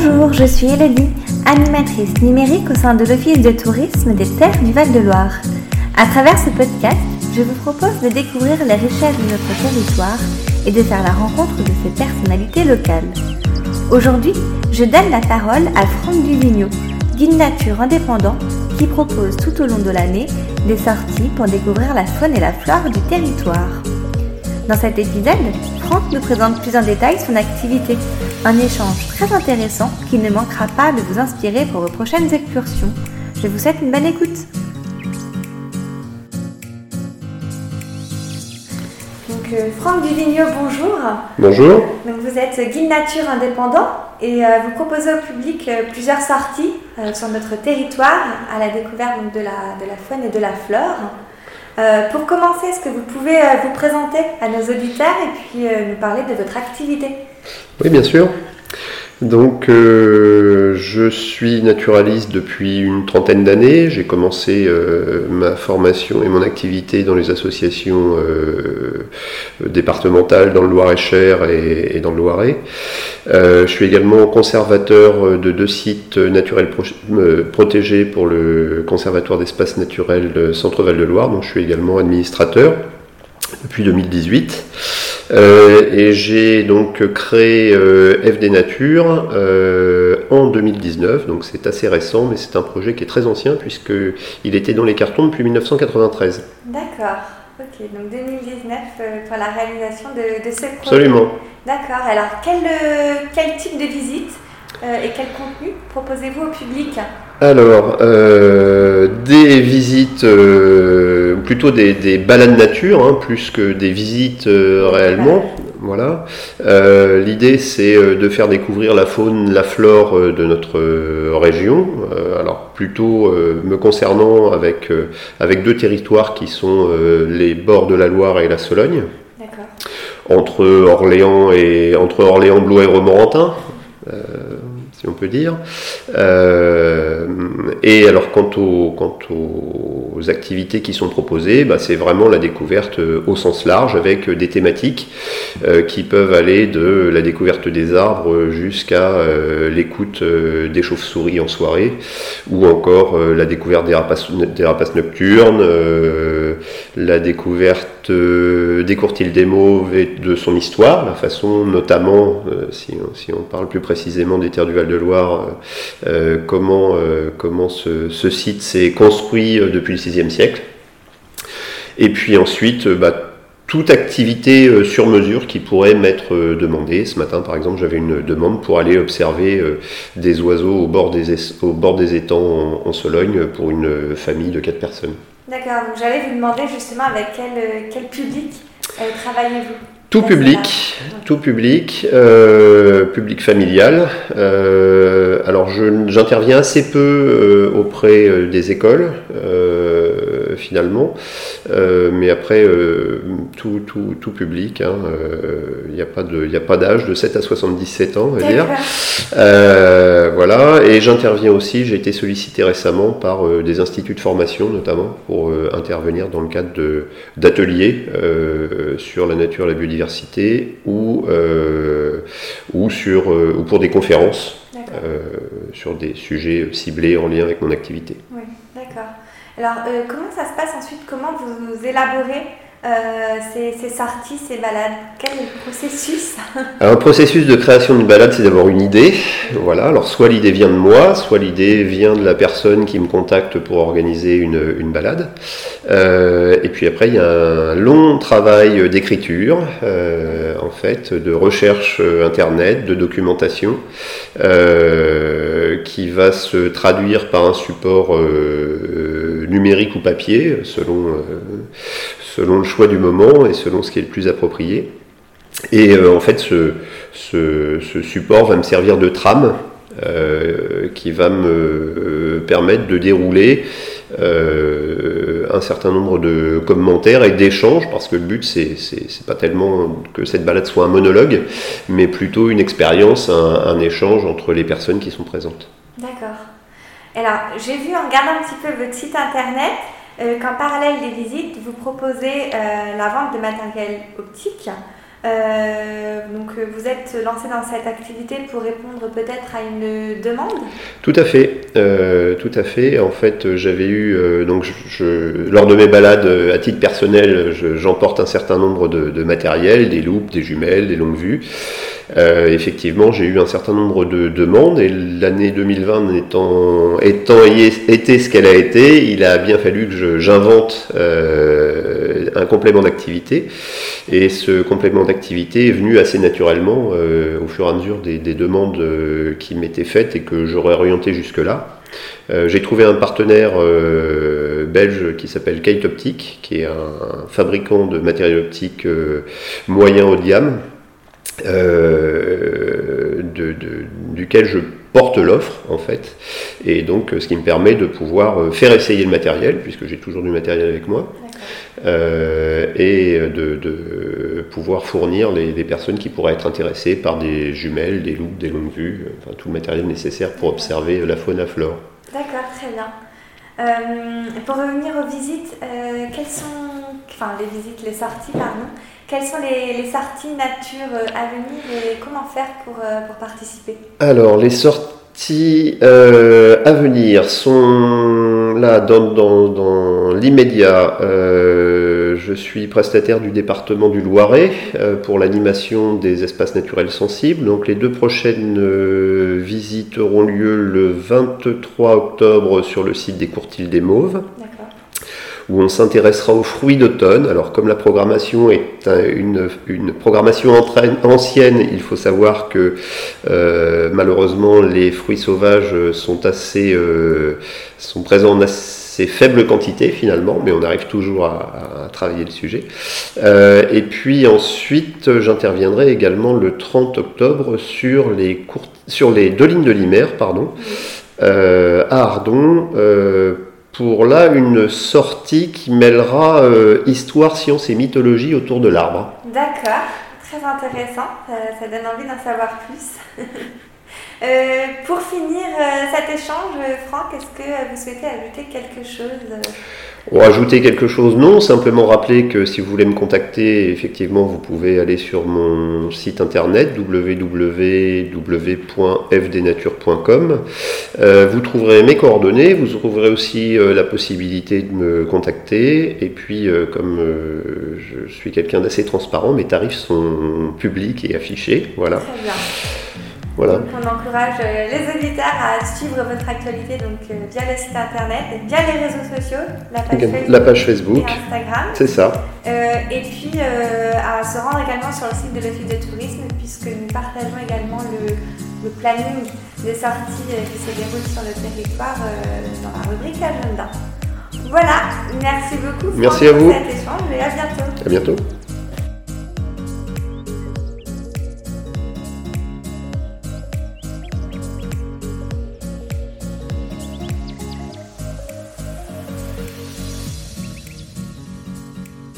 Bonjour, je suis Elodie, animatrice numérique au sein de l'Office de tourisme des Terres du Val-de-Loire. À travers ce podcast, je vous propose de découvrir les richesses de notre territoire et de faire la rencontre de ces personnalités locales. Aujourd'hui, je donne la parole à Franck Duvigneau, guide nature indépendant qui propose tout au long de l'année des sorties pour découvrir la faune et la flore du territoire. Dans cet épisode, Franck nous présente plus en détail son activité, un échange très intéressant qui ne manquera pas de vous inspirer pour vos prochaines excursions. Je vous souhaite une bonne écoute. Donc, Franck Duvigneau, bonjour. Bonjour. Donc, vous êtes guide nature indépendant et vous proposez au public plusieurs sorties sur notre territoire à la découverte donc, de la faune et de la flore. Pour commencer, est-ce que vous pouvez vous présenter à nos auditeurs et puis nous parler de votre activité ? Oui, bien sûr. Donc, je suis naturaliste depuis une trentaine d'années. J'ai commencé ma formation et mon activité dans les associations départementales dans le Loir-et-Cher et dans le Loiret. Je suis également conservateur de 2 sites naturels protégés pour le Conservatoire d'espaces naturels Centre Val-de-Loire, dont je suis également administrateur depuis 2018. Et j'ai donc créé FD Nature en 2019, donc c'est assez récent, mais c'est un projet qui est très ancien puisqu'il était dans les cartons depuis 1993. D'accord, ok, donc 2019 pour la réalisation de ce projet. Absolument. D'accord, alors quel type de visite et quel contenu proposez-vous au public ? Alors, des visites, plutôt des balades nature, plus que des visites réellement. Voilà. L'idée, c'est de faire découvrir la faune, la flore de notre région. Alors, plutôt me concernant avec 2 territoires qui sont les bords de la Loire et la Sologne. D'accord. Entre Orléans, Blois et Romorantin. Si on peut dire. Et alors quant aux activités qui sont proposées, c'est vraiment la découverte au sens large avec des thématiques qui peuvent aller de la découverte des arbres jusqu'à l'écoute des chauves-souris en soirée ou encore la découverte des rapaces nocturnes, la découverte des courtils des mauves et de son histoire, la façon notamment, si on parle plus précisément des Terres du Val-de-Loire, comment ce site s'est construit depuis le VIe siècle. Et puis ensuite, toute activité sur mesure qui pourrait m'être demandée. Ce matin, par exemple, j'avais une demande pour aller observer des oiseaux au bord des étangs en Sologne pour une famille de 4 personnes. D'accord, donc j'allais vous demander justement avec quel public travaillez-vous ? Tout public, public familial. Alors j'interviens assez peu auprès des écoles, finalement, mais après tout public. Il n'y a pas d'âge de 7 à 77 ans, on va dire. Voilà. Et j'interviens aussi. J'ai été sollicité récemment par des instituts de formation, notamment, pour intervenir dans le cadre d'ateliers sur la nature et la biodiversité ou pour des conférences sur des sujets ciblés en lien avec mon activité. Oui, d'accord. Alors, comment ça se passe ensuite ? Comment vous élaborez ces sorties, ces balades ? Quel est le processus ? Alors, un processus de création d'une balade, c'est d'avoir une idée. Voilà. Alors, soit l'idée vient de moi, soit l'idée vient de la personne qui me contacte pour organiser une balade. Et puis après, il y a un long travail d'écriture, en fait, de recherche internet, de documentation, qui va se traduire par un support numérique ou papier, selon le choix du moment et selon ce qui est le plus approprié. Et en fait, ce support va me servir de trame qui va me permettre de dérouler un certain nombre de commentaires et d'échanges, parce que le but c'est pas tellement que cette balade soit un monologue, mais plutôt une expérience, un échange entre les personnes qui sont présentes. D'accord. Alors, j'ai vu en regardant un petit peu votre site internet qu'en parallèle des visites, vous proposez la vente de matériel optique. Donc vous êtes lancé dans cette activité pour répondre peut-être à une demande ? Tout à fait, tout à fait. En fait, j'avais eu, lors de mes balades à titre personnel, j'emporte un certain nombre de matériel, des loupes, des jumelles, des longues vues. Effectivement, j'ai eu un certain nombre de demandes et l'année 2020 étant été ce qu'elle a été, il a bien fallu que j'invente un complément d'activité. Et ce complément d'activité est venu assez naturellement au fur et à mesure des demandes qui m'étaient faites et que j'aurais orienté jusque-là. J'ai trouvé un partenaire belge qui s'appelle Kate Optique, qui est un fabricant de matériel optique moyen haut de gamme, duquel je porte l'offre en fait, et donc ce qui me permet de pouvoir faire essayer le matériel, puisque j'ai toujours du matériel avec moi, et de pouvoir fournir les personnes qui pourraient être intéressées par des jumelles, des loupes, des longues vues, enfin tout le matériel nécessaire pour observer la faune à flore. D'accord, très bien. Pour revenir aux visites, les sorties, pardon. Quelles sont les sorties nature à venir et comment faire pour participer ? Alors, les sorties à venir sont là dans l'immédiat. Je suis prestataire du département du Loiret pour l'animation des espaces naturels sensibles. Donc, les 2 prochaines visites auront lieu le 23 octobre sur le site des Courtils des Mauves. D'accord. Où on s'intéressera aux fruits d'automne. Alors comme la programmation est une programmation ancienne, il faut savoir que malheureusement les fruits sauvages sont présents en assez faible quantité finalement, mais on arrive toujours à travailler le sujet. Et puis ensuite j'interviendrai également le 30 octobre sur les 2 lignes de Limaire, à Ardon, pour là une sortie qui mêlera histoire, science et mythologie autour de l'arbre. D'accord, très intéressant, ça donne envie d'en savoir plus. Pour finir cet échange, Franck, est-ce que vous souhaitez ajouter quelque chose ? Ajouter quelque chose, non, simplement rappeler que si vous voulez me contacter, effectivement, vous pouvez aller sur mon site internet www.fdnature.com. Vous trouverez mes coordonnées, vous trouverez aussi la possibilité de me contacter. Et puis, comme je suis quelqu'un d'assez transparent, mes tarifs sont publics et affichés. Voilà. Très bien. Voilà. Donc on encourage les auditeurs à suivre votre actualité via le site internet, via les réseaux sociaux, la page Facebook et Instagram. C'est ça. Et puis à se rendre également sur le site de l'Office de tourisme, puisque nous partageons également le planning des sorties qui se déroulent sur le territoire dans la rubrique Agenda. Voilà, merci beaucoup merci à vous. Pour cet échange et à bientôt. À bientôt.